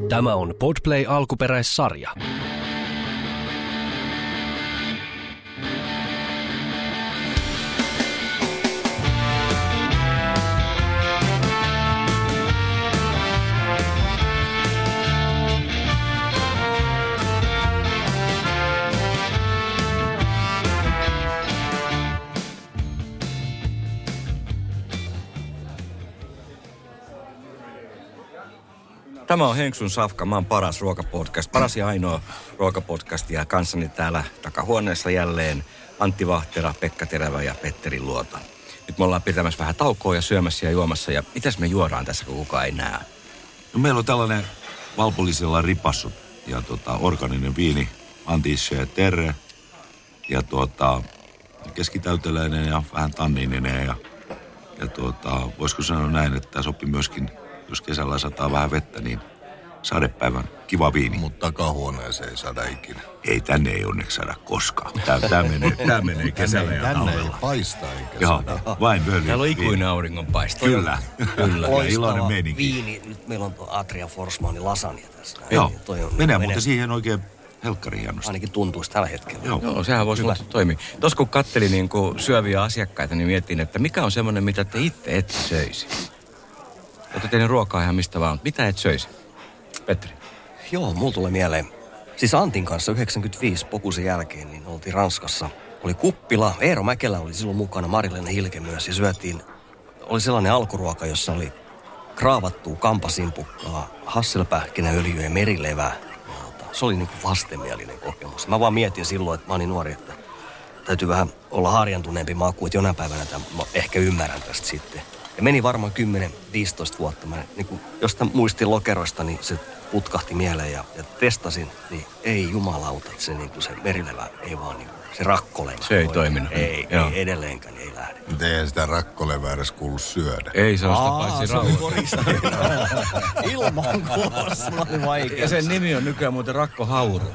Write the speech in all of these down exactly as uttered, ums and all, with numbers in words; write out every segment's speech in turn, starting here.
Tämä on Podplay alkuperäissarja. Tämä on Henksun Safka, mä oon paras ruokapodcast, paras ja ainoa ruokapodcast ja kanssani täällä takahuoneessa jälleen Antti Vahtera, Pekka Terävä ja Petteri Luota. Nyt me ollaan pitämässä vähän taukoa ja syömässä ja juomassa ja mitäs me juodaan tässä, kun kukaan ei näe? No meillä on tällainen valpollisella ripassu ja tota, organinen viini, Antiche Terre ja tuota, keskitäyteläinen ja vähän tanniininen ja, ja tuota, voisiko sanoa näin, että tämä sopii myöskin. Jos kesällä sataa vähän vettä, niin sadepäivän kiva viini. Mutta takahuoneeseen ei saada ikinä. Ei, tänne ei onneksi saada koskaan. Tää, tää, menee, tää menee kesällä ja tänne talvella. ei paista eikä Joo, saada. vain völjy. Täällä on ikuinen auringonpaisto. Kyllä, kyllä. Ja iloinen meininki. Viini. Nyt meillä on tuo Atria Forsmanin lasagna tässä. Joo, toi on, menee muuten siihen oikein helkkari hienosti. Ainakin tuntuisi tällä hetkellä. Joo, Joo, sehän voisi toimia. Tuossa kun kattelin niin kuin syöviä asiakkaita, niin mietin, että mikä on semmoinen, mitä te itse ette söisi. Olette tehnyt ruokaa ihan mistä vaan. Mitä et söisi? Petteri. Joo, mulla tulee mieleen. Siis Antin kanssa yhdeksänkymmentäviisi Pokusen jälkeen, niin oltiin Ranskassa. Oli kuppila. Eero Mäkelä oli silloin mukana, Marilena Hilke myös. Ja syötiin, oli sellainen alkuruoka, jossa oli kraavattua kampasimpukkaa, hasselpähkinäöljyä ja merilevää. Se oli niin kuin vastenmielinen kokemus. Mä vaan mietin silloin, että mä olin nuori, että täytyy vähän olla harjantuneempi maku, että jonain päivänä tämän, mä ehkä ymmärrän tästä sitten. Ja meni varmaan kymmenen viisitoista vuotta. Mä niin kuin, jostain muistin lokeroista, niin se putkahti mieleen ja, ja testasin, niin ei jumalauta, että se, niin kuin se merilevä ei vaan niin kuin, se rakkolevä. Se ei toiminut. Ei, ei edelleenkään, ei lähde. Mutta eihän sitä rakkolevää edes kuulu syödä. Ei se ole sitä paitsi rauha. Ilman kuossa oli vaikea. Ja sen nimi on nykyään muuten Rakko Hauru.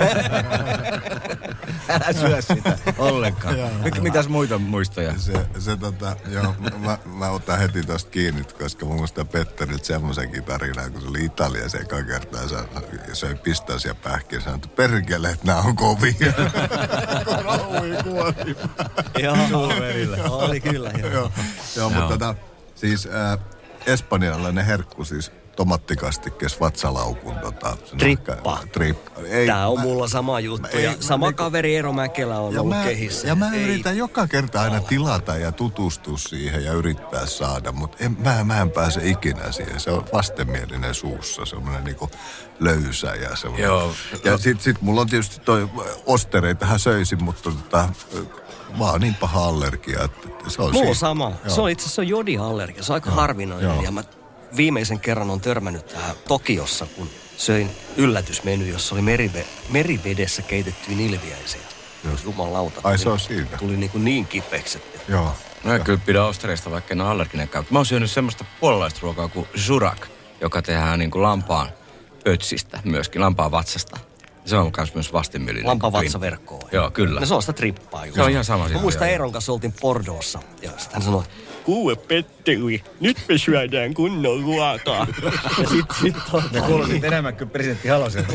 Älä syö sitä ollenkaan. Mitäs muita muistoja? Se, se tota, joo, mä, mä otan heti tosta kiinni, koska mun muistaa Petteri nyt semmoisenkin tarinaa, kun se oli Italiassa eka kertaa ja söi pistaisia pähkiä ja sanoi, että perkele, että nää on kovia. Kun raui kuoli. Joo, oli kyllä. Joo, joo, joo mutta tota, siis äh, espanjalainen herkku siis tomattikastikkeessa vatsalaukun tota... Trippa. Trippa. Ei, Tää on mä, mulla sama juttu. Ei, ja sama niin, kaveri Eero Mäkelä on ollut mä, kehissä. Ja mä ei, yritän joka kerta aina tilata ja tutustua siihen ja yrittää saada, mutta en, mä, mä en pääse ikinä siihen. Se on vastenmielinen suussa, semmoinen niinku löysä ja semmoinen. Joo. Ja sit, sit mulla on tietysti toi ostereitahan söisin, mutta tota... vaan niin paha allergia, että se on mulla on siinä. sama. Joo. Se on itse asiassa jodiallergia. Se on aika joo, harvinainen. Joo. Ja mä viimeisen kerran on törmännyt tähän Tokiossa, kun söin yllätysmeny, jossa oli merive- merivedessä keitettyjä nilviäisiä. Jumalauta. Ai se on siitä. Tuli niin, kuin niin kipeäksi. Että... Joo. Mä en kyllä pidä ostereista, vaikka en ole allerginenkaan. Mä oon syönyt semmoista puolalaista ruokaa kuin zurak, joka tehdään niin kuin lampaan ötsistä myöskin, lampaan vatsasta. Se on myös vastenmielinen. Lampavatsaverkkoa. Joo, kyllä. No se on sitä trippaa. Se on ihan sama. Mä muistan Eeron kanssa oltiin Bordeauxssa. Ja sitten hän sanoi, kuule Petteri, nyt me syödään kunnon ruokaa. Ja sit, sit on... Ne kuulosit enemmän kuin presidentti Halosen.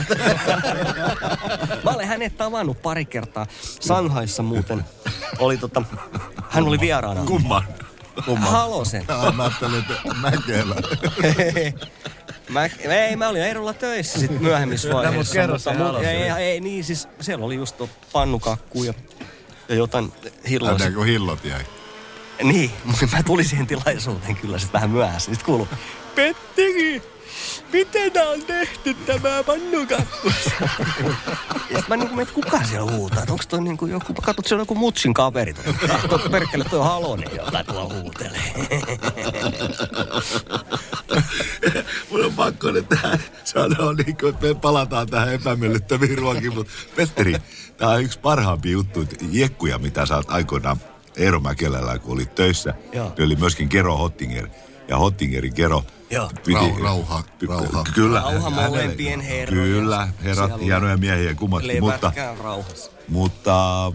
Mä olen hänet tavannut pari kertaa. Shanghaissa muuten. Oli tota, hän oli vieraana. Kumman? Kumman? Halosen. Jaa, mä ajattelin, että Mäkelä. Mä, ei, mä olin Eerolla töissä sit myöhemmissä vaiheessa. No, mutta kerro se ei, ei, ei, niin siis siellä oli just tuo pannukakku ja, ja jotain hilloa. Näin kun hillot jäi. Niin, mä tulin siihen tilaisuuteen kyllä sit vähän myöhässä. Sitten kuului, Petteri, miten tää on tehty tämä pannukakku? Ja mä niinku mietin, kuka siellä huutaa? Onks toi niinku joku, katsot siellä joku mutsin kaveri. Toi perkele, toi on Halonen, jota tuolla huutelee. Mun on pakko nyt tähän sanoa, niin kuin, että me palataan tähän epämiellyttäviin ruokiin, mutta Petteri, tää on yksi parhaimpia juttuja, jekkuja, mitä sä oot aikoinaan Eero Mäkelällä, kun olit töissä. Joo. Ne oli myöskin Kero Hottinger. Ja Hottingerin Kero... Joo. Piti, rauha, rauha. Kyllä. Rauha molempien herroja. Kyllä, herrat, hienoja miehiä kummatkin. Mutta, rauhassa. mutta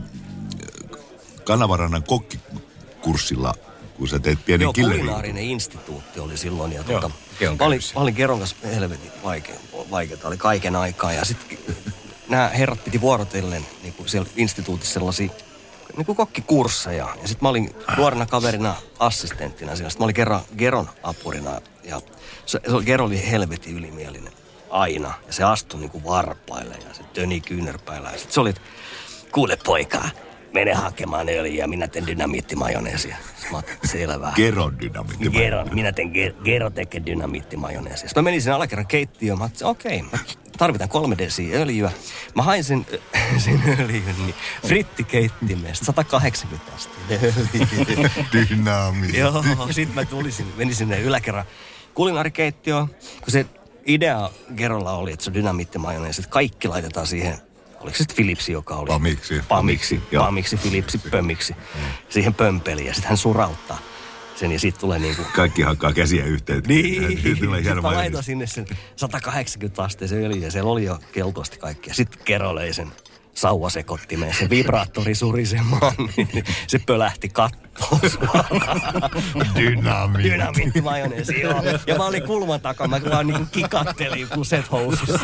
Kanavarannan kokkikurssilla, kun sä teet pienen Joo, killerin. kulinaarinen instituutti oli silloin. Ja tuota, Keon mä, olin, mä olin Keron kanssa helvetin vaikea, vaikeaa, oli kaiken aikaa. Ja sitten nämä herrat piti vuorotellen niin kuin siellä instituutissa sellaisia niin kuin kokkikursseja. Ja sitten mä olin nuorena kaverina assistenttina siellä. Sitten mä olin kerran Geron apurina. Ja se, se oli, Gero oli helvetin ylimielinen aina. Ja se astui niin kuin varpaille ja se töni kyynärpäillä. Ja sitten se oli, että kuule poika, mene hakemaan öljyä, minä teen dynamiittimajoneesia. Mä otin, selvää. Geron dynamiittimajoneesia. Geron, minä teen ger- Gero tekee dynamiittimajoneesia. Sitten mä menin sinne alakerran keittiöön. Mä otin, okei, okay, tarvitaan kolme desiä öljyä. Mä hain sen, sen öljyn niin frittikeittimestä, sata kahdeksankymmentä asteen öljyä. Dynamiitti. Joo, sit mä tulisin, menin sinne yläkerran kulinaarikeittiöön, kun se idea Gerolla oli, että se on dynamiittimajoneesi, että kaikki laitetaan siihen. Oliko se sitten Philipsi, joka oli? Pamiksi. Pamiksi, Pamiksi, Philipsi, pömmiksi. Siihen pömpeliin ja sitten hän surauttaa sen ja sitten tulee niinku... Kaikki hakkaa käsiä yhteen. Niin, sitten mä laitan sinne sen sata kahdeksankymmentä asteisen öljyn ja siellä oli jo keltoasti kaikkia. Sitten Gero löi sen sauvasekottimeen, se vibraattori surisemaan, niin se pölähti kattoon suoraan. Dynamiitti. Dynamiittimajoneesi, joo. Ja mä olin kulman takana, mä vaan niinku kikattelin kuset housussa.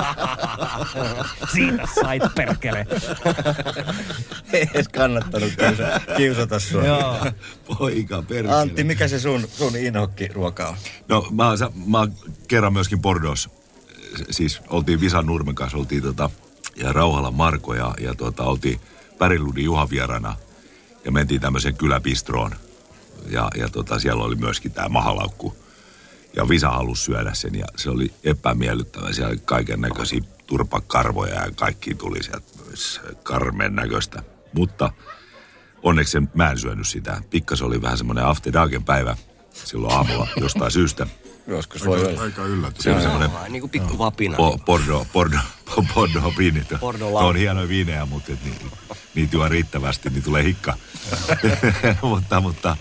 Siinä sait perkele. Ei edes kannattanut kiusata, kiusata sua. Joo. Poika perkele. Antti, mikä se sun, sun inhokkiruoka on? No mä, oon- mä oon kerran myöskin Bordeaux. Siis oltiin Visan Nurmen kanssa, oltiin tota, ja Rauhala Marko ja, ja tota, oltiin Päriludin Juha vierana ja mentiin tämmöiseen kyläbistroon. Ja, ja tota, siellä oli myöskin tää mahalaukku. Ja Visa halusi syödä sen ja se oli epämiellyttävä. Siellä oli kaiken näköisiä turpakarvoja ja kaikki tuli sieltä karmeen näköistä. Mutta onneksi sen, mä en syönyt sitä. Pikkas oli vähän semmoinen after darken päivä silloin aamulla jostain syystä. Joskus voi olla. Aika yllätys. Se on semmoinen Niin kuin pikku vapina. po, Bordeaux, Bordeaux, Bordeaux viinit. Bordeaux Ne on hienoja viinejä, mutta et ni, niitä juo riittävästi, niin tulee hikka. mutta, mutta,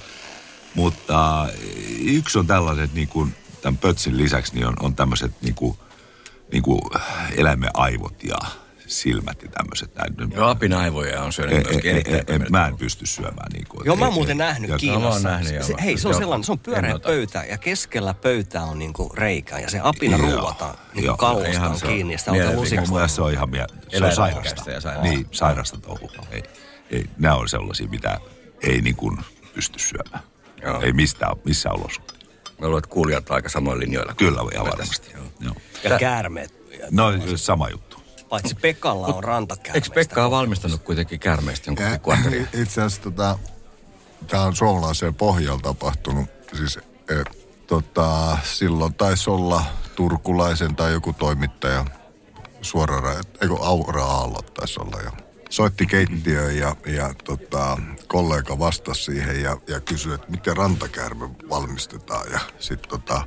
mutta yksi on tällaiset, niin kuin tämän pötsin lisäksi, niin on, on tämmöiset niin kuin, niin kuin eläimen aivot ja silmät ja tämmöiset. Joo, apinaivoja on syönyt myöskin erittäin. Mä en pysty syömään niin kuin. Joo, mä oon muuten nähnyt ja- Kiinassa. Mä oon nähnyt, joo. Se, hei, se on Joo. sellainen, se on pyöreä En ota. pöytä ja keskellä pöytää on niinku reikä ja se apina Joo. ruuvataan niinku Joo. kallosta Ihan on se on kiinni ja sitä otetaan mielenkiintoista. Mun lusiksi. mielestä se on ihan mie- se on Eläinlääkäistä sairasta. ja sairasta. Niin, sairasta touhua. Ei, ei, nämä on sellaisia, mitä ei niin kuin pysty syömään. Joo. Ei mistään, missään olosuhteissa. Mä luulen, että kuulijat on aika samoilla linjoilla. Kyllä, ihan varmasti. Joo. Joo. Ja käärmeet. No, sama juttu. Paitsi Pekalla on rantakäärmeistä. Eikö Pekka ole valmistanut kuitenkin käärmeistä jonkun pikku ateria? Itse asiassa tota, tämä on suomalaiseen pohjalla tapahtunut. Siis e, tota, silloin taisi olla turkulaisen tai joku toimittaja suoraan, eikö Aura Aallot taisi olla jo. Soitti keittiöön ja, ja tota, kollega vastasi siihen ja, ja kysyi, että miten rantakäärme valmistetaan. Ja sitten tota,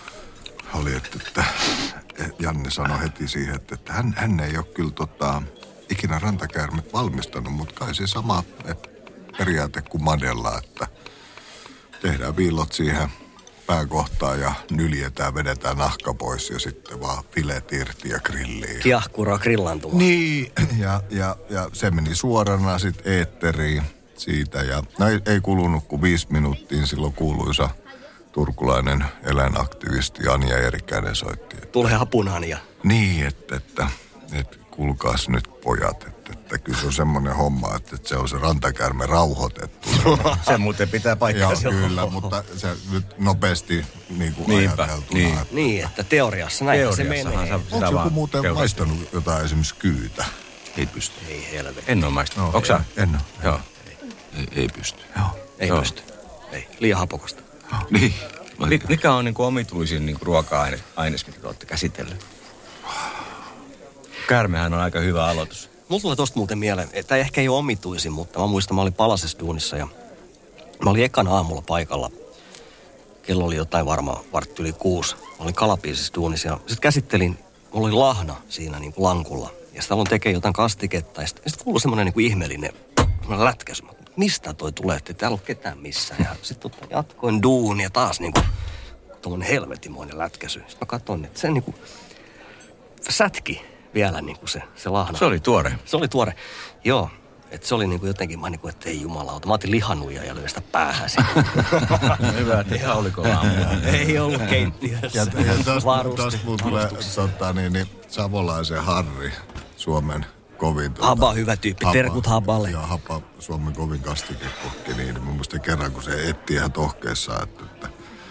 oli, että, että Janne sanoi heti siihen, että, että hän, hän ei ole kyllä tota, ikinä rantakäärmet valmistanut, mutta kai se sama että periaate kuin Madella, että tehdään viillot siihen pääkohtaan ja nyljetään, vedetään nahka pois ja sitten vaan filet irti ja grilliin. Kiahkuraa grillantumaan. Niin, ja, ja, ja se meni suorana sitten eetteriin siitä ja no ei, ei kulunut kuin viisi minuuttia, silloin kuuluisa turkulainen eläinaktivisti Anja Erikäinen soitti. Että, Tulee hapunaan ja... niin, että, että, että kuulkaas nyt pojat, että, että kyllä se on semmoinen homma, että, että se on se rantakäärme rauhoitettu. Se muuten pitää Joo, paikkansa. kyllä, mutta se nyt nopeasti niin kuin Niinpä, ajateltuna. niin. Että, Niin, että teoriassa näin se Teoriassahan menee. sä onko sitä joku vaan muuten keuhkosti. maistanut jotain esimerkiksi kyytä? Ei pysty. Ei helvetti. En ole maistanut. No, Onko sä? En ole. Joo. Ei, ei pysty. Joo. Ei Joo. pysty. Ei, liian hapokasta. Niin. Mi- Mikä on niinku omituisin niinku ruoka-aines, aines, mitä te olette käsitellyt? Käärmehän on aika hyvä aloitus. Mulla tulee tosta muuten mieleen, että ehkä ei ole omituisin, mutta mä muistan, mä olin Palasessa duunissa ja mä olin ekana aamulla paikalla. Kello oli jotain varmaan vartti yli kuusi. Mä olin Kalapiisissa duunissa ja sit käsittelin, mulla oli lahna siinä niin kuin lankulla. Ja sitä aloin tekemään jotain kastiketta ja sitten sit kuului semmoinen niin kuin ihmeellinen semmoinen lätkäs. Mä, mistä toi tulee, että täällä ei ole ketään missään. Ja sitten tota, jatkoin duunia ja taas niin kuin tommonen helvetimoinen lätkäsy. Sitten mä katson, että se niin kuin sätki vielä niin kuin se, se lahna. Se oli tuore. Se oli tuore. Joo. Että se oli niinku jotenkin, mä niinku, että ei jumalauta. Mä otin lihanuja ja löin sitä päähän. Hyvä, että ihan oliko aamulla. Ei ollut keittiössä. Ja, ja tosta mun tulee tota, niin, niin, Savolaisen Harri, Suomen kovin... Tota, Haba hyvä tyyppi, Haba, terkut Haballe. Ja Haba, Suomen kovin kastikekokki, niin mun mielestä kerran, kun se etti ihan tohkeessaan, että, että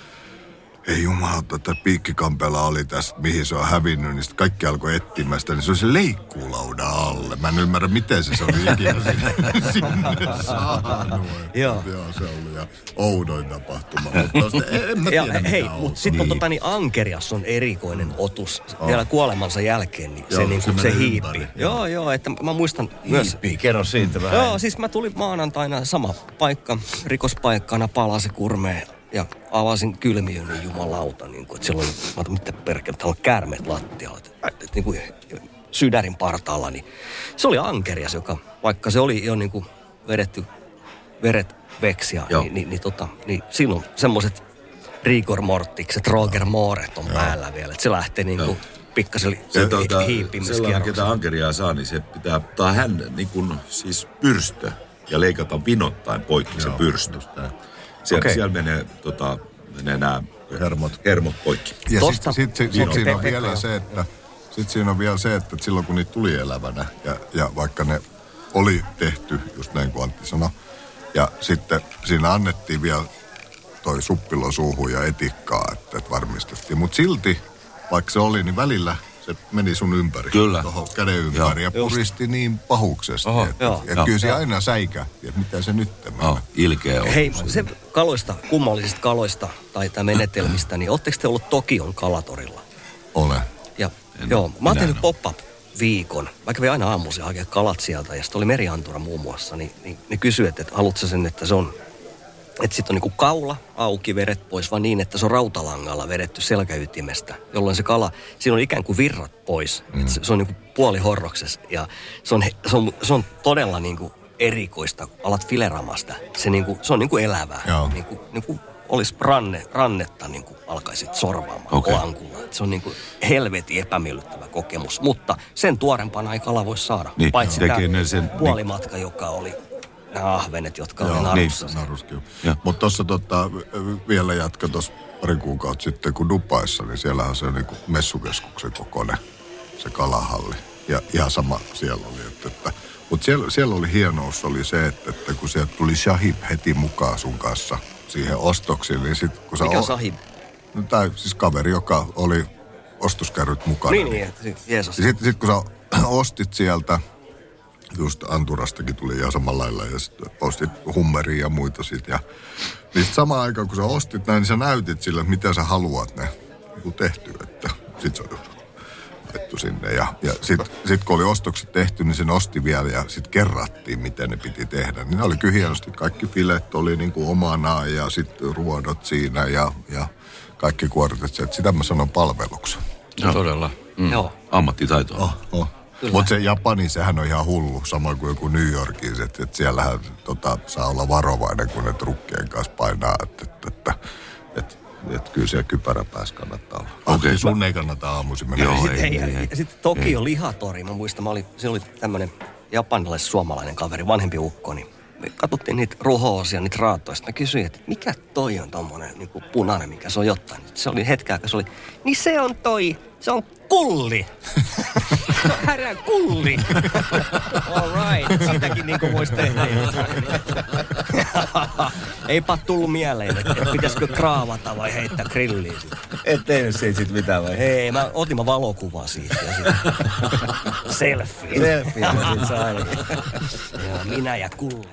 ei jumalauta, että piikkikampeella oli tässä, mihin se on hävinnyt, niin sitten kaikki alkoi etsimään sitä, niin se oli se leikkuulaudan alle. Mä en ymmärrä, miten se, se oli ikinä sinne, sinne saanut. Joo. Joo, se oli ja oudoin tapahtuma. Mutta tosta, en mä tiedä, ja, mikä hei, on. mutta sitten on tota, niin Ankerias on erikoinen otus. Oh. Vielä kuolemansa jälkeen, niin Joo, se, niin se kuin, se meni hiipi. ympäri. Joo, joo, että mä muistan myös... Hiipi, kerro siitä vähän. Joo, siis mä tulin maanantaina sama paikka, rikospaikkana palasi kurmeen ja avasin kylmiön, niin jumalauta, niin kuin, että siellä oli, mä otan, mitä perkele, täällä on käärmeet lattialla, että, että niin kuin sydärin partaalla, niin se oli Ankerias, joka, vaikka se oli jo niin kuin vedetty veret veksi, niin, niin, niin, tota, niin silloin semmoiset rigor mortikset, Roger Mooret on Joo. päällä vielä, että se lähtee niin kuin pikkasen tuota, hiipimiskierrokseen. Sellainen, ketä Ankeriaa saa, niin se pitää ottaa hän niin kuin, siis pyrstö ja leikata vinottain poikki se pyrstö. Siellä, okay. siellä menee, tota, menee nämä hermot, hermot poikki. Ja sitten sit, sit, sit siinä on vielä se, että sit siinä on vielä se, että silloin kun niitä tuli elävänä ja, ja vaikka ne oli tehty, just näin kuin Antti sanoi, ja sitten siinä annettiin vielä toi suppilo suuhun ja etikkaa, että, että varmistettiin. Mutta silti, vaikka se oli, niin välillä se meni sun ympäri. Kyllä. Tuohon käden ympäri ja puristi just niin pahuksesti. Oho, että, joo, ja joo, kyllä se joo. aina säikähti, että mitä se nyt menee. Oh, ilkeä on. Hei, se kaloista, kummallisista kaloista tai, tai menetelmistä, niin ootteko te ollut Tokion kalatorilla? Ole. Ja, joo, mä oon tehnyt pop-up viikon. Mä kävin aina aamuisin hakea kalat sieltä ja sitten oli meriantura muun muassa. Niin, niin ne kysyivät, että, että haluatko sen, että se on, että sitten on niinku kaula auki, veret pois, vaan niin, että se on rautalangalla vedetty selkäytimestä, jolloin se kala, siinä on ikään kuin virrat pois. Mm. Että se, se on niinku puolihorroksessa ja se on, se on, se on todella niinku erikoista, kun alat fileramasta. Se, niinku, se on niinku elävää. Niinku, niinku olisi ranne, rannetta niinku alkaisit sorvaamaan okay. lankulla. Se on niinku helvetin epämiellyttävä kokemus, mutta sen tuorempana ei kala voi saada. Niin, paitsi tämä sen, puolimatka, niin. joka oli nämä ahvenet, jotka Joo, oli narussa. Niin, naruskin. Mutta tuossa tota, vielä jatka tuossa pari kuukautta sitten, kun Dubaissa, niin siellähän se on niinku messukeskuksen kokoinen se kalahalli. Ja ihan sama siellä oli. Että, että, mutta siellä, siellä oli hienous oli se, että, että kun sieltä tuli Shahib heti mukaan sun kanssa siihen ostoksiin, niin sit kun sä... Mikä on o- Shahib? No tää siis kaveri, joka oli ostoskärryt mukana. Niin, niin, niin Jeesus. Sitten sit, kun sä ostit sieltä, just Anturastakin tuli ihan samalla lailla, ja sitten ostit hummeria ja muita sit. Ja, niin sit samaan aikaan, kun sä ostit näin, niin sä näytit sille, että mitä sä haluat ne niin tehty, että sit se on laittu sinne. Ja, ja sit, sit kun oli ostokset tehty, niin sen osti vielä ja sit kerrattiin, miten ne piti tehdä. Niin ne oli kyllä hienosti. Kaikki filet oli niin kuin omanaan ja sitten ruodot siinä ja, ja kaikki kuoritet. Sitä mä sanon palveluksi. No todella. Mm. Joo. Ammattitaito. Oh, oh. Mutta se Japani, sehän on ihan hullu, samoin kuin joku New Yorkin, että et siellähän tota, saa olla varovainen, kun ne trukkien kanssa painaa, että et, et, et, et, kyllä siellä kypärä päässä kannattaa olla. Okei, okay, sun mä... ei kannata aamuisin mennä. Joo, Sitten, ei, hei, ei, ei. ja sitten Tokio lihatori, mä muistan, mä olin, siellä oli tämmöinen japanilais-suomalainen kaveri, vanhempi ukko, niin me katsottiin niitä ruhoosia, niitä raatoja. Mä kysyin, että mikä toi on tommonen niin kuin punainen, mikä se on jotain. Se oli hetken aikaa, se oli, niin se on toi, se on kulli. Se on härän kulli. All right, siitäkin niin kuin voisi tehdä. Eipä tullut mieleen, että, että pitäisikö kraavata vai heittää grilliin. Et tehnyt siitä sit mitään vai? Ei, mä otin mä valokuvaa siitä ja sitten selfie. Selfie, ja sit saa ainakin. Joo, minä ja kulli.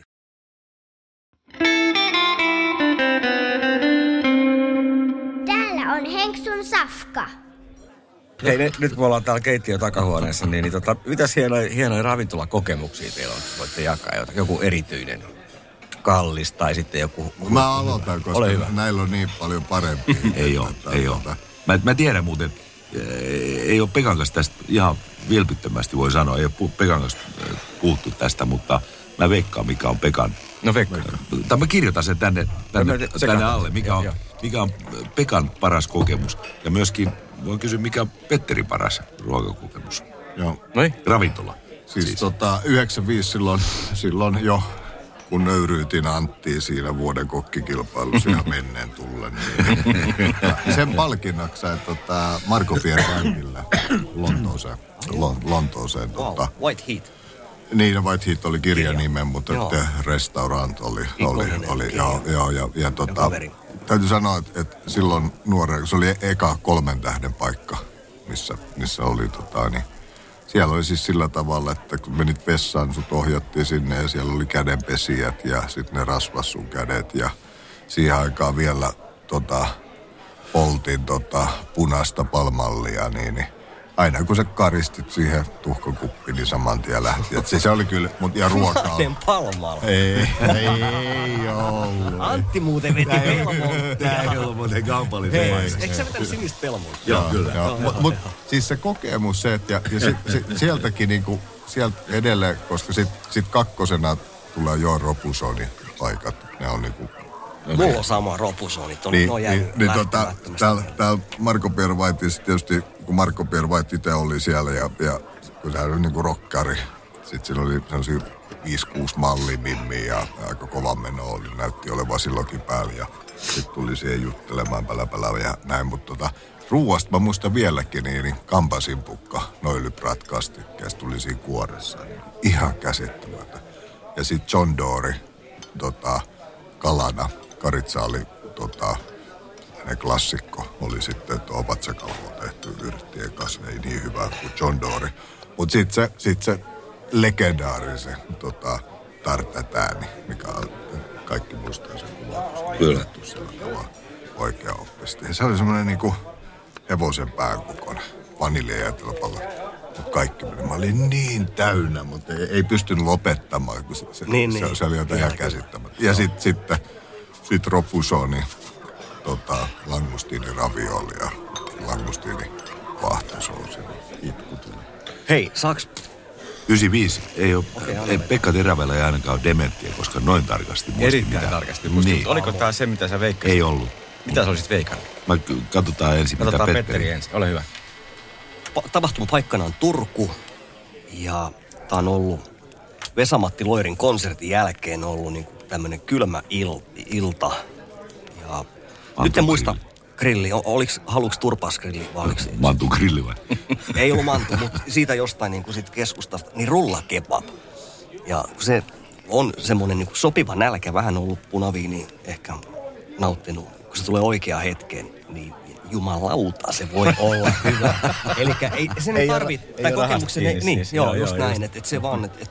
Täällä on Henksun safka. Hei, nyt, nyt kun me ollaan täällä keittiön takahuoneessa, niin, niin tota, mitäs hienoja, hienoja ravintolakokemuksia teillä on? Voitte jakaa jotain. Joku erityinen kallis tai sitten joku... Mä aloitan, koska Ole hyvä. näillä on niin paljon parempia. Ei ole, ei ole. Mä, mä tiedän muuten, ei ole Pekan kanssa tästä ihan vilpittömästi voi sanoa, ei ole Pekan kanssa puhuttu tästä, mutta mä veikkaan, mikä on Pekan. No veikkaa. Tai mä kirjoitan sen tänne, tänne, Mä- tänne alle, mikä on, Joo. mikä on Pekan paras kokemus. Ja myöskin voin kysyä, mikä on Petterin paras ruokakokemus. Joo. Noi? Ravintola. Siis, siis. tota, yhdeksänkymmentäviisi silloin, silloin jo, kun nöyryytin Anttia siinä vuoden kokkikilpailussa ihan menneen tullen. Niin, sen palkinnaksi sai tota, Marco Pierre-Whitella Lontooseen. Lon, Lontooseen wow, tota, White Heat. Niin, White Heat oli kirjan nimen, mutta The Restaurant oli, oli, oli joo, joo, ja, ja tota, täytyy sanoa, että, että silloin nuoren, se oli eka kolmen tähden paikka, missä, missä oli tota, niin, siellä oli siis sillä tavalla, että kun menit vessaan, sut ohjattiin sinne ja siellä oli kädenpesijät ja sitten ne rasvas sun kädet ja siihen aikaan vielä tota, poltin tota, punaista palmallia, niin, niin aina kun sä karistit siihen tuhkakuppiin, niin saman tien lähti. Et se oli kyllä, mut ja ruokaa. Punainen palmalla. Ei, ei ollut. Antti muuten veti pelmoa. Tää ei ollut muuten kaupallisen maissa. Eikö sä vetänyt sinistä pelmoa? Joo, kyllä. Joo, mutta mut, siis se kokemus se, että ja, ja sit, sit, sieltäkin niinku, sieltä edelleen, koska sit, sit kakkosena tulee jo Robusonin paikat. Ne on niinku... Mulla on sama Robusonit, on, niin, on jäänyt niin, niin tota, täällä, täällä Marco Pierre-Whiteissa tietysti, kun Marco Pierre-White itse oli siellä ja, ja kun se oli niinku rokkari, sitten sillä oli sellaisia viisi kuusi mallimimmiä ja aika kova meno oli, näytti olevan silloinkin päällä ja sitten tuli siihen juttelemaan pälä ja näin, mutta tota, ruuasta mä muistan vieläkin niin, niin kampasimpukka, noilypratkastikkeessa tuli siinä kuoressa, niin ihan käsittämättä. Ja sitten John Dory, tota, kalana. Karitsa oli tota, hänen klassikko oli sitten tuo vatsakalvoa tehty yrttien kanssa, ei niin hyvä kuin John Dory. Mutta sitten se, sit se legendaarisen tota, tartatääni, mikä on, kaikki muistaa sen kuvatus. Kyllä. Sillä tavalla oikea oppisesti. Ja se oli semmoinen niinku hevosen pään kokoinen vaniljajäätelöpallo. Mutta kaikki meni. Mä olin niin täynnä, mutta ei, ei pystynyt lopettamaan, kun se, se, niin, se, niin. se oli jotain ihan käsittämättä. Ja sitten sit, sit Robusoni, tota, langustiini ravioli ja langustiini vaahtosoos. Itku tuli. Hei, saaks... yhdeksänkymmentäviisi. Ei ole, Okei, ei, Pekka Terävällä ei ainakaan ole dementtiä, koska noin tarkasti muisti. Erittäin tarkasti muisti. Niin. Oliko tää se, mitä sä veikkasit? Ei ollut. Mitä sä olisit veikannut? Mä katsotaan ensin, Katsotaan mitä Petteri ensin. Ole hyvä. Pa- tapahtumapaikkana on Turku ja tää on ollut Vesa-Matti Loirin konsertin jälkeen ollut niinku tämmönen kylmä il- ilta. Ja Mantu nyt en muista grilli. grilli. O- oliks, haluuks turpasgrilli vai oliks... Mantu grilli vai? Ei ollut mantu, mutta siitä jostain niinku sit keskustasta, niin rullakebab. Ja se on semmonen niinku sopiva nälkä, vähän ollut punaviini ehkä nauttinut. Kun se tulee oikeaan hetkeen, niin jumalauta se voi olla hyvä. Elikkä ei, sen ei tarvitse, tai kokemuksen, ei, niin, siis, joo, joo, just joo, näin, että et se vaan, että et,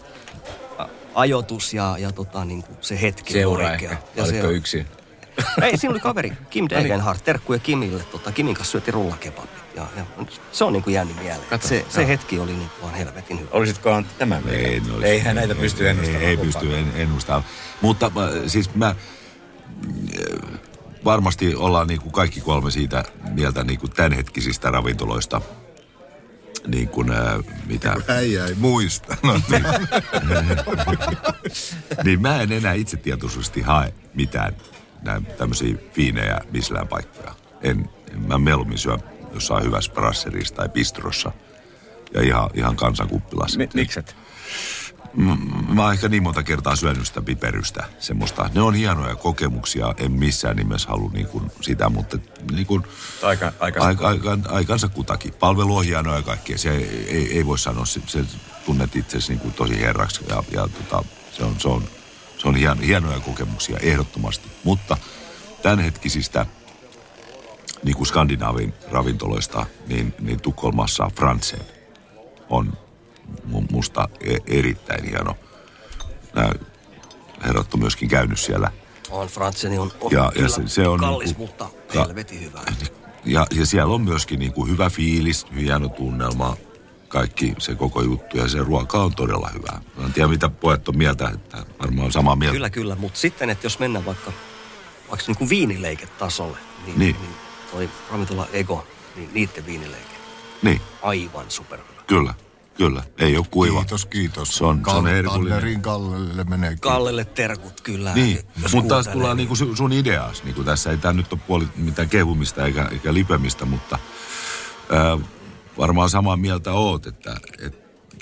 ajoitus ja, ja tota, niinku se hetki Seuraa on oikea. ehkä. Ja Oletko se, yksin? ei, siinä oli kaveri, Kim Degenhardt, terkkuja Kimille. Tota, Kimin kanssa syötiin rullakebabit. Ja, ja se on niinku jäänyt mieleen. Katso, se, se hetki oli niinku vaan helvetin hyvä. Olisitko Antti tämän Ei, mieleen? no, Eihän näitä pysty ennustamaan. Ei, ei pysty en, ennustamaan. Mutta mä, siis mä... Varmasti ollaan niin kuin kaikki kolme siitä mieltä niin kuin tämänhetkisistä ravintoloista. Niin kuin ää, mitä... Äijä ei muista. No, niin. Niin mä en enää itsetietoisesti hae mitään tämmöisiä fiinejä missään paikkoja. En, mä mieluummin syön jossain hyvässä brasserissa tai bistrossa ja ihan, ihan kansankuppilassa. Mi- mikset? Mä oon ehkä niin monta kertaa syönyt sitä piperystä, semmoista. Ne on hienoja kokemuksia, en missään nimessä halua niin kuin sitä, mutta niin kuin Aika, aikansa. aika, aika, aikansa kutakin. Palvelu on hienoa ja kaikkea. Se ei, ei, ei voi sanoa, se, se tunnet itsesi niin kuin tosi herraksi ja, ja tota, se on, se on, se on hieno, hienoja kokemuksia ehdottomasti. Mutta tämänhetkisistä niin kuin Skandinaavin ravintoloista, niin, niin Tukholmassa Franzen on musta erittäin hieno. Nämä herrat on myöskin käynyt siellä. On, Franzeni on, on ja, ja se, se on kallis, niinku, mutta ja, helvetin hyvä. Ja, ja siellä on myöskin niinku hyvä fiilis, hieno tunnelma, kaikki se koko juttu. Ja se ruoka on todella hyvää. Mä en tiedä, mitä pojat on mieltä, että varmaan on samaa mieltä. Kyllä, kyllä. Mutta sitten, että jos mennään vaikka, vaikka niin kuin viinileiketasolle, niin, niin. niin toi ravintola Ego, niin niiden viinileike. Niin. Aivan super. Kyllä. Kyllä, ei ole kuiva. Kiitos, kiitos. Se on, Kall- se on herkullinen. Tannerin Kallelle menee. Kallelle terkut, kyllä. Niin, mutta taas kuuntelee, tullaan niinku sun, sun ideas. Niinku tässä ei tää nyt ole puoli mitään kehumista eikä, eikä lipemistä, mutta ää, varmaan samaa mieltä oot, että et,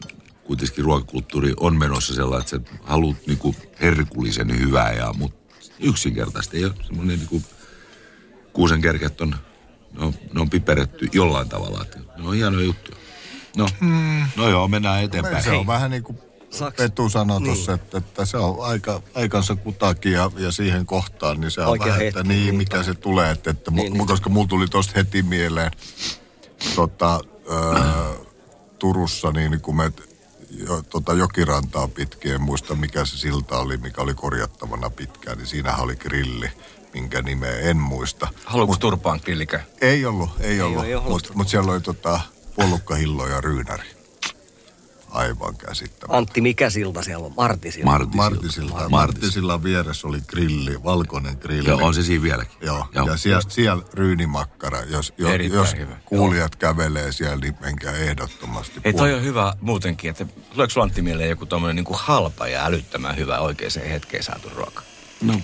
kuitenkin ruokakulttuuri on menossa sellainen, että sä haluat niinku herkullisen hyvää ja mut yksinkertaisesti ei ole semmoinen niinku kuusenkerkät on, ne on, ne on piperetty jollain tavalla, että ne on hienoja juttuja. No, mm. no joo, mennään eteenpäin. Se on vähän niin kuin Petu sanoi niin. tuossa, että, että se on aika, aikansa kutakin ja, ja siihen kohtaan, niin se on oikein vähän, että niin, mikä niin, se tulee. Että, että niin, mu, niin. Koska mulla tuli tosta heti mieleen tota, ö, Turussa, niin kun me jo, tota, jokirantaa pitkin, en muista mikä se silta oli, mikä oli korjattavana pitkään, niin siinähän oli grilli, minkä nimeä en muista. Haluatko turpaan grillikö? Ei ollut, ei, ei ollut, ollut mutta mut siellä oli tota, puolukkahillo ja ryynäri. Aivan käsittämättä. Antti, mikä silta siellä on? Martisilta. Martisilta. Martisilta. Martisillan vieressä oli grilli, valkoinen grilli. Joo, on se siinä vieläkin. Joo, Joo. ja siellä, siellä ryynimakkara. Jos, jo, jos kuulijat Joo. kävelee siellä, niin menkää ehdottomasti. Hei, toi on hyvä muutenkin, että tuleeko sulla Antti mieleen joku tommoinen niin kuin halpa ja älyttömän hyvä oikeaan hetkeen saatu ruoka? No,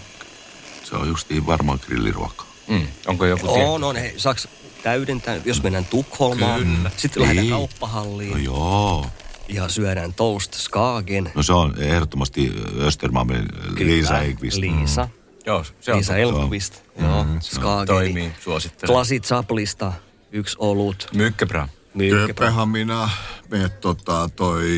se on justiin varmaan grilliruoka. Mm. Onko joku tietty? On, on. Hei, saaks täydentää, jos mennään Tukholmaan, Kyllä. sitten niin. lähdetään kauppahalliin. No joo. Ja syödään Toast Skagen. No se on ehdottomasti Östermalmin Liisa Ekvist. Liisa. Mm. Joo, se on. Liisa Elmqvist. Joo, mm, Skagen. Toimii, suosittelen. Klasi Zaplista, yksi olut. Mykkäbra. Kööpenhamina, me tota toi,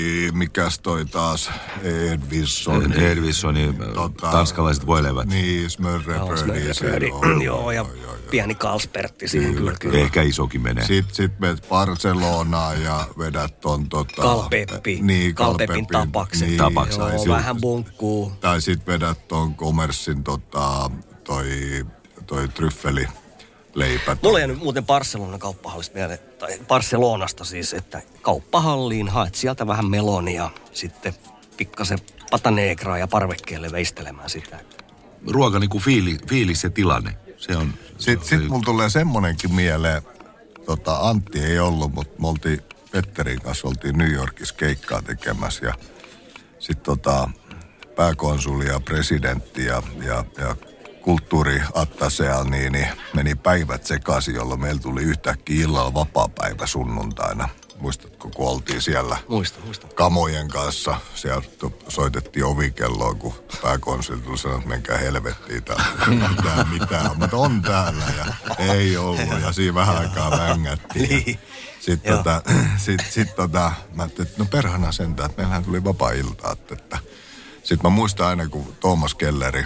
mikäs toi taas, Edvisson. Edvissonin tota, tanskalaiset voileivät. Niin, smörrebrödi. Joo, ja pieni Carlsbertti siihen kyllä, kyllä. Ehkä isokin menee. Sitten sit menet Barcelonaan ja vedät ton tota... Kalpeppi. Niin, Kalpepin tapaksen. Niin, tapaksen. Joo, Joo, vähän bunkkuu. Tai sit vedät ton Commercein tota, toi, toi tryffeli. Leipä. Mulla ei nyt muuten Barcelonan kauppahallista mieleen, tai Barcelonasta siis, että kauppahalliin haet sieltä vähän melonia, sitten pikkasen patanegraa ja parvekkeelle veistelemään sitä. Ruoka niin kuin fiili, fiilis ja tilanne. Se on, sitten sit mulla tulee semmonenkin mieleen, tota, Antti ei ollut, mutta me oltiin Petterin kanssa, oltiin New Yorkissa keikkaa tekemässä ja sitten tota, pääkonsuli ja presidentti ja, ja, ja kulttuuriattasea, niin, niin meni päivät sekaisin, jolloin meillä tuli yhtäkkiä illalla vapaapäivä sunnuntaina. Muistatko, kun oltiin siellä muista, muista. kamojen kanssa, siellä soitettiin ovikelloa, kun pääkonsuli tuli sanoa, että menkää helvettiin täällä. Mitään, mitään, mutta on täällä ja ei ollut ja siinä vähän aikaa vängättiin. Sitten tota, sit, sit tota, mä ajattelin, että no perhana sentään, että meillähän tuli vapaa-ilta. Että sitten mä muistan aina, kun Thomas Kelleri,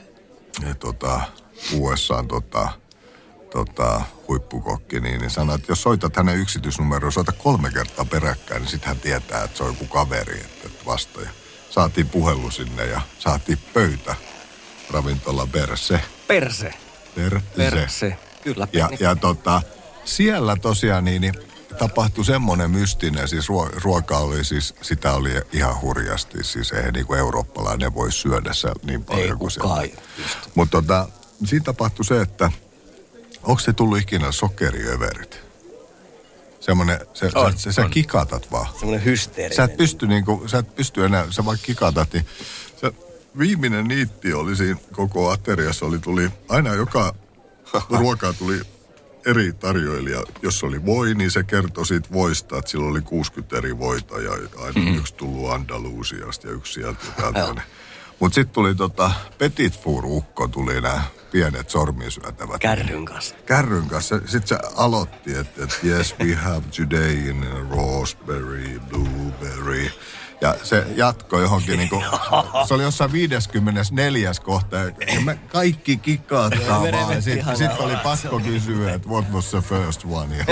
ja tota, U S A:n tota, tota, huippukokki, niin, niin sanoi, että jos soitat hänen yksityisnumeroon, soita kolme kertaa peräkkäin, niin sitten hän tietää, että se on joku kaveri, että, että vasta. Ja saatiin puhelu sinne ja saatiin pöytä ravintola Perse. Perse. Perse. Perse. Kyllä. Ja, ja tota, siellä tosiaan niin, niin tapahtui semmoinen mystinen, siis ruo, ruoka oli siis, sitä oli ihan hurjasti, siis eihän niin kuin eurooppalainen voi syödä niin paljon ei kuin siellä. Mutta tota, siinä tapahtui se, että onko se tullut ikinä sokeriöverit? Semmoinen, se, on, sä, sä kikatat vaan. Semmoinen hysteerinen. Sä et pysty niinku, sä et pysty enää, sä vaan kikatat, niin se viimeinen niitti oli siinä koko ateriassa, oli tuli, aina joka ruokaa tuli eri tarjoilija. Jos oli voi, niin se kertoi siitä voista, että sillä oli kuusikymmentä eri voita ja aina mm-hmm. yksi tullut Andalusiasta ja yksi sieltä ja täältä. Mutta sitten tuli tota, Petit Four-ukko, tuli nämä pienet sormisyötävät. Kärryn kanssa. Kärryn kanssa. Sitten se aloitti, että et, yes, we have today in raspberry, blueberry. Ja se jatkoi johonkin niinku, se oli jossain viideskymmenesneljäs kohta. Ja me kaikki kikattaa vaan. Sitten sit oli pakko kysyä, että what was the first one? Ja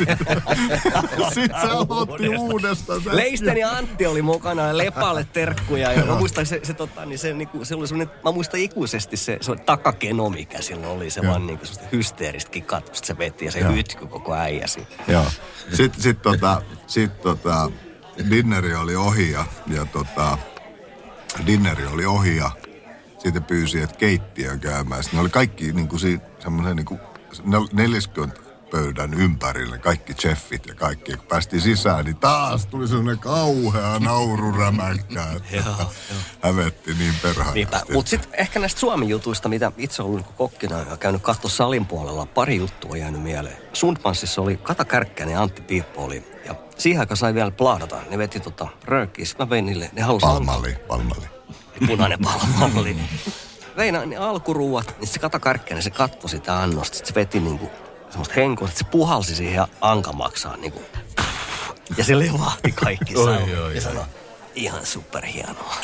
sitten se aloitti uudestaan. Leisten ja Antti oli mukana ja Lepalle terkkuja. Ja mä muistan, se, se, tota, niin se, niinku, se oli semmoinen, mä muistan ikuisesti se, se takakeno, mikä silloin oli. Se ja. vaan niinku semmoista hysteeristä kikatusta se veti ja se hytky koko äijäsi. Joo. Sitten sit, tota, sit, tota, dinneri oli ohi ja, ja tota, dinneri oli ohi ja sitten pyysi, että keittiö käymään. Sitten ne oli kaikki niin kuin siinä semmoinen niin kuin neljäkymmentä pöydän ympärille, kaikki chefit ja kaikki. Kun päästiin sisään, niin taas tuli semmoinen kauhea nauru rämäkkää, että hävetti niin perhanasti. Mutta sitten ehkä näistä Suomi-jutuista, mitä itse olen niin kokkina ja käynyt katsoa salin puolella, pari juttua on jäänyt mieleen. Sundmansissa oli Kata Kärkkäinen ja Antti Piippo oli, ja siihen aikaan sai vielä plaadata. Ne veti tota röökiä, sitten mä vein niille, ne halusi... Palmalli, palmalli. Punainen palmalli. Vein ne alkuruuat, niin se Kata Kärkkäinen, se katsoi sitä annosta, sitten se veti niinku semmoista henkoa, että se puhalsi siihen ankamaksaan niinku. Ja se levahti kaikki saunat ja sanoi, ihan superhienoa.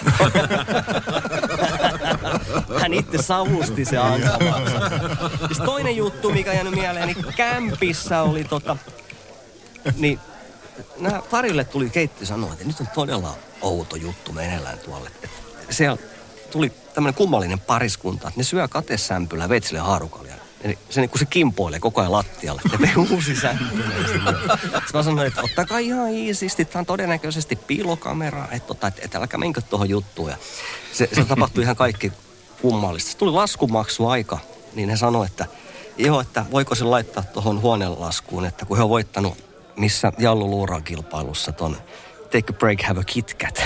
Hän itse savusti se ankamaksaan. Sitten toinen juttu, mikä jäänyt mieleen, niin kämpissä oli tota, niin nämä Tarille tuli keitti sanoa, että nyt on todella outo juttu meneillään tuolle. Että siellä tuli tämmöinen kummallinen pariskunta, että ne syö katesämpyllä veitsille haarukalle. Eli se, niin kun se kimpoilee koko ajan lattialle, ne vei uusi sämpylä. Sitten mä sanoin, että ottakaa ihan iisisti, tämä on todennäköisesti piilokamera, että, että, että älkää menkö tuohon juttuun. Ja se, se tapahtui ihan kaikki kummallista. Se tuli laskumaksuaika, niin he sanoi, että joo, että voiko se laittaa tuohon huoneenlaskuun, että kun he on voittanut missä Jallu Luuran kilpailussa ton Take a break, have a KitKat.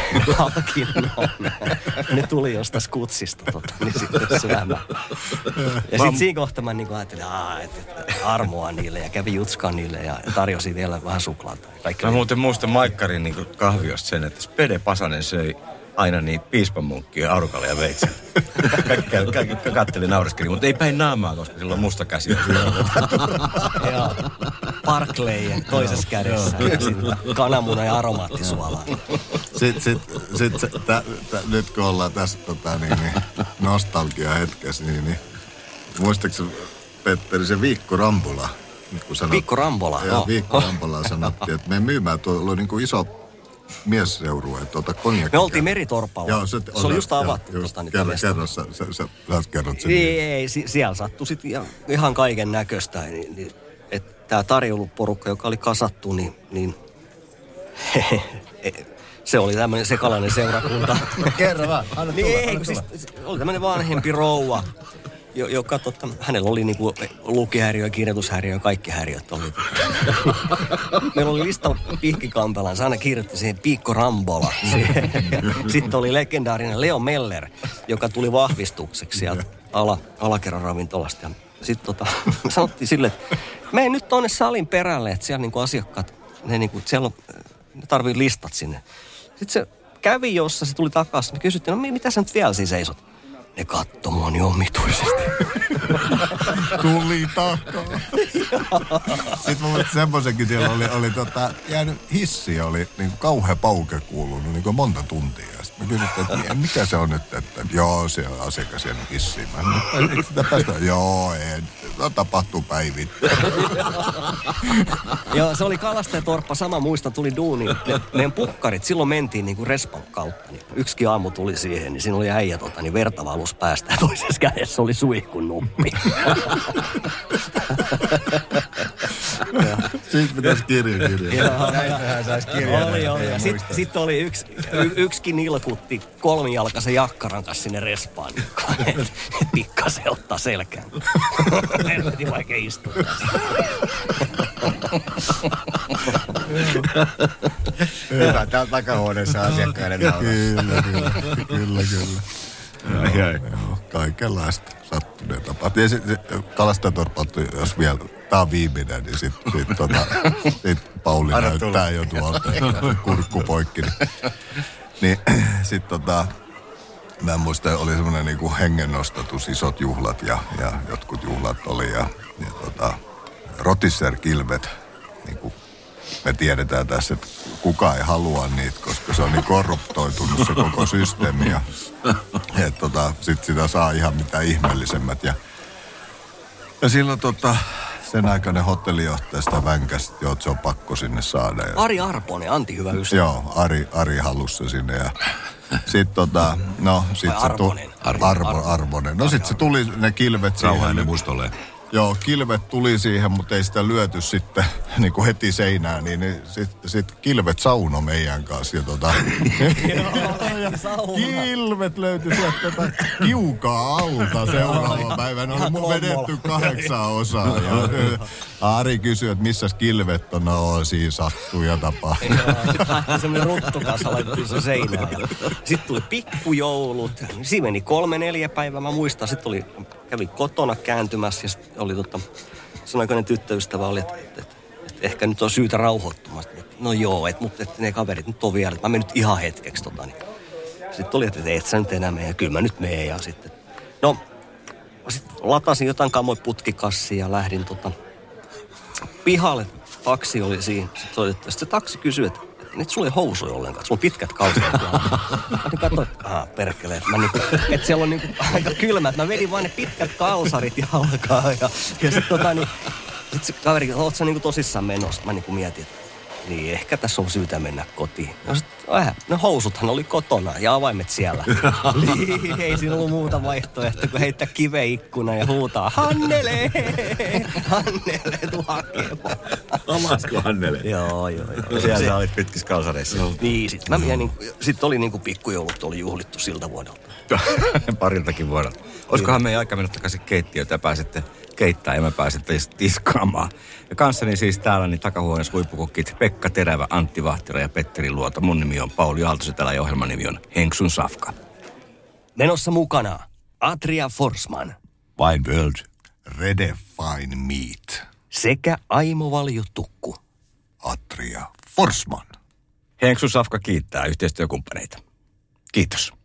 Ne tuli jostain skutsista, tota, niin sitten syömään. Ja sitten siinä kohtaa mä niin ajattelin, että armoa niille ja kävi jutskaan niille ja tarjosin vielä vähän suklaata. Mä muuten muistan Maikkarin niin kahviosta sen, että Spede Pasanen söi aina niitä piispamunkkia, aurukalle ja veitsellä. Kaikki, kaikki katteli naureskeli, mutta ei päin naamaa, koska sillä on musta käsi. Joo. Barclayen toisessa kädessä ja sitten kananmuna ja aromaattisuolaa. Sitten sit, sit, sit, tä, tä, nyt kun ollaan tässä tota, niin, niin, nostalgia-hetkessä, niin, niin muistaakseni Petteri se Viikko Rampola? Viikko Rampola, joo. Viikko Rampola sanottiin, että me myymään tuolla oli niin kuin iso miesseurue, että tuota konjakki. Me oltiin Meritorpalla. Joo, se, se oli just avattu. Joo, tuosta, just, kerro, kerro, sä, sä, sä, sä kerrot sen. Ei, ei, si- siellä sattui sitten ihan, ihan kaiken näköistä. Niin, niin, että tämä tarjouluporukka, joka oli kasattu, niin, niin se oli tämmöinen sekalainen seurakunta. Kerro vaan, anna tulla, niin, anna siis, oli tämmöinen vanhempi rouva, joka totta, hänellä oli niinku lukihäiriö, kirjoitushäiriö ja kaikki häiriöt oli. Meillä oli lista Pihkikampelaan, se aina kirjoitti siihen Piikko Rambola. Sitten oli legendaarinen Leo Meller, joka tuli vahvistukseksi sieltä ala, alakerran ravintolasta. Sitten tota, sanottiin sille, että mene nyt tonne salin perälle, että siellä niinku asiakkaat, ne, niinku, siellä on, ne tarvii listat sinne. Sitten se kävi, jossa se tuli takaisin. Me kysyttiin, no mitä sä nyt vielä siinä seisot? Ne katto mua niin omituisesti. Tuli takaa. Sitten mä muistin semmoisenkin, siellä oli, oli tota, jäänyt hissi, oli niin kuin kauhea pauke kuulunut niin kuin monta tuntia. Sitten mä kysyttiin, että mikä se on nyt, että joo, se on asiakas jäänyt hissiin. Mä en, eikö sitä päästä? Joo, ei, se tapahtuu päivittäin. Joo, se oli Kalastajatorppa, sama muista, tuli duuni. Ne, meidän pukkarit, silloin mentiin niin kuin respan kautta. Niin yksikin aamu tuli siihen, niin siinä oli äijä tota, niin verta valus päästä ja toisessa kädessä oli suihkun nuppi. Siitä pitäisi kirja kirja. Joo, näistähän saisi kirjaa. Oli, oli. Ja sitten sit oli yksi, y, yksikin nilkutti kolmijalkaisen jakkaran kanssa sinne respaan. Pikkasen ottaa selkään. Helvetin vaikea istua. Hyvä, täällä takahuoneessa asiakkaiden naurassa. Kyllä, kyllä, kyllä, kyllä. Joo, joo, kaikenlaista sattuneita tapahtuu. Ja sitten Kalastajatorpalta, jos vielä, tää on viimeinen, niin sitten sit, tota, sit Pauli Anna näyttää tulla. Jo tuolta kurkku poikki. Niin, niin sitten tota, mä en muista, oli semmoinen niinku hengennostatus, isot juhlat ja, ja jotkut juhlat oli ja, ja tota, Rotisser-kilvet, niinku me tiedetään tässä, että kukaan ei halua niitä, koska se on niin korruptoitunut se koko systeemi. Ja, et tota, sit sitä saa ihan mitä ihmeellisemmät. Ja, ja silloin tota, sen aikainen hotellijohtaja sitä vänkäsi, joo, että se on pakko sinne saada. Ja, Ari Arponen, Antti hyvä ystävä. Joo, Ari, Ari halusi sinne ja sit tota, no sit se tuli. Arvonen. Arvo, Arvonen. No sit se tuli ne kilvet siihen. Rauhainen muistolle. Joo, kilvet tuli siihen, mutta ei sitä lyöty sitten niin kuin heti seinään, niin, niin sitten sit kilvet sauno meidän kanssa. Ja tota, kilvet löytyi sieltä tota kiukaa alta seuraava päivänä. Oli mun vedetty kahdeksan osaa. Ja Ari kysyi, että missä kilvet on, no siinä sattuu ja tapahtuu. Semmoinen ruttukasa laitettiin se seinään. Sitten tuli pikkujoulut. Siinä meni kolme, neljä päivää, mä muistan. Sitten oli, kävin kotona kääntymässä ja sitten oli tota, sen aikainen tyttöystävä oli, että, että, että, että ehkä nyt on syytä rauhoittumaan. No joo, että, mutta että ne kaverit nyt on vielä, että mä menen nyt ihan hetkeksi. Tota, niin. Sitten oli, että et sä nyt enää mene, ja kyllä mä nyt menen. Ja sitten, no, sitten latasin jotain kamoja putkikassia ja lähdin tota, pihalle. Taksi oli siinä. Sitten, oli, sitten se taksi kysyi, että nyt sulla ei housuja ollenkaan, että sulla on pitkät kalsarit. Mä katsoin, että aha, perkele, että, niinku, että siellä on niinku aika kylmä, että mä vedin vaan ne pitkät kalsarit jalkaan. Ja, ja sitten tota niin, sit se kaveri, oot sä niinku tosissaan menossa? Mä niinku mietin, että niin ehkä tässä on syytä mennä kotiin. No sit, äh, ne housuthan oli kotona ja avaimet siellä. Niin, ei siinä ollut muuta vaihtoehtoa kuin heittää kiveä ikkunan ja huutaa, Hannele, Hannele, tuu hakemaan. Omasko Hannele? Joo, joo, joo. Siellä sä olit pitkissä kalsareissa. Niin, sit, mä mietin, sit oli niinku pikkujoulut oli juhlittu siltä vuodelta. Pariltakin vuodelta. Olisikohan meidän aika mennä takaisin keittiötä ja pääsette keittää ja me pääsette tiskaamaan. Ja kanssani siis täällä niin takahuoneessa huippukokit Pekka Terävä, Antti Vahtera ja Petteri Luota. Mun nimi on Pauli Aaltonen, täällä ja ohjelman nimi on Henksun Safka. Menossa mukana Atria Forsman. Wine World. Redefine Meat. Sekä Aimo Valjutukku. Atria Forsman. Henksun Safka kiittää yhteistyökumppaneita. Kiitos.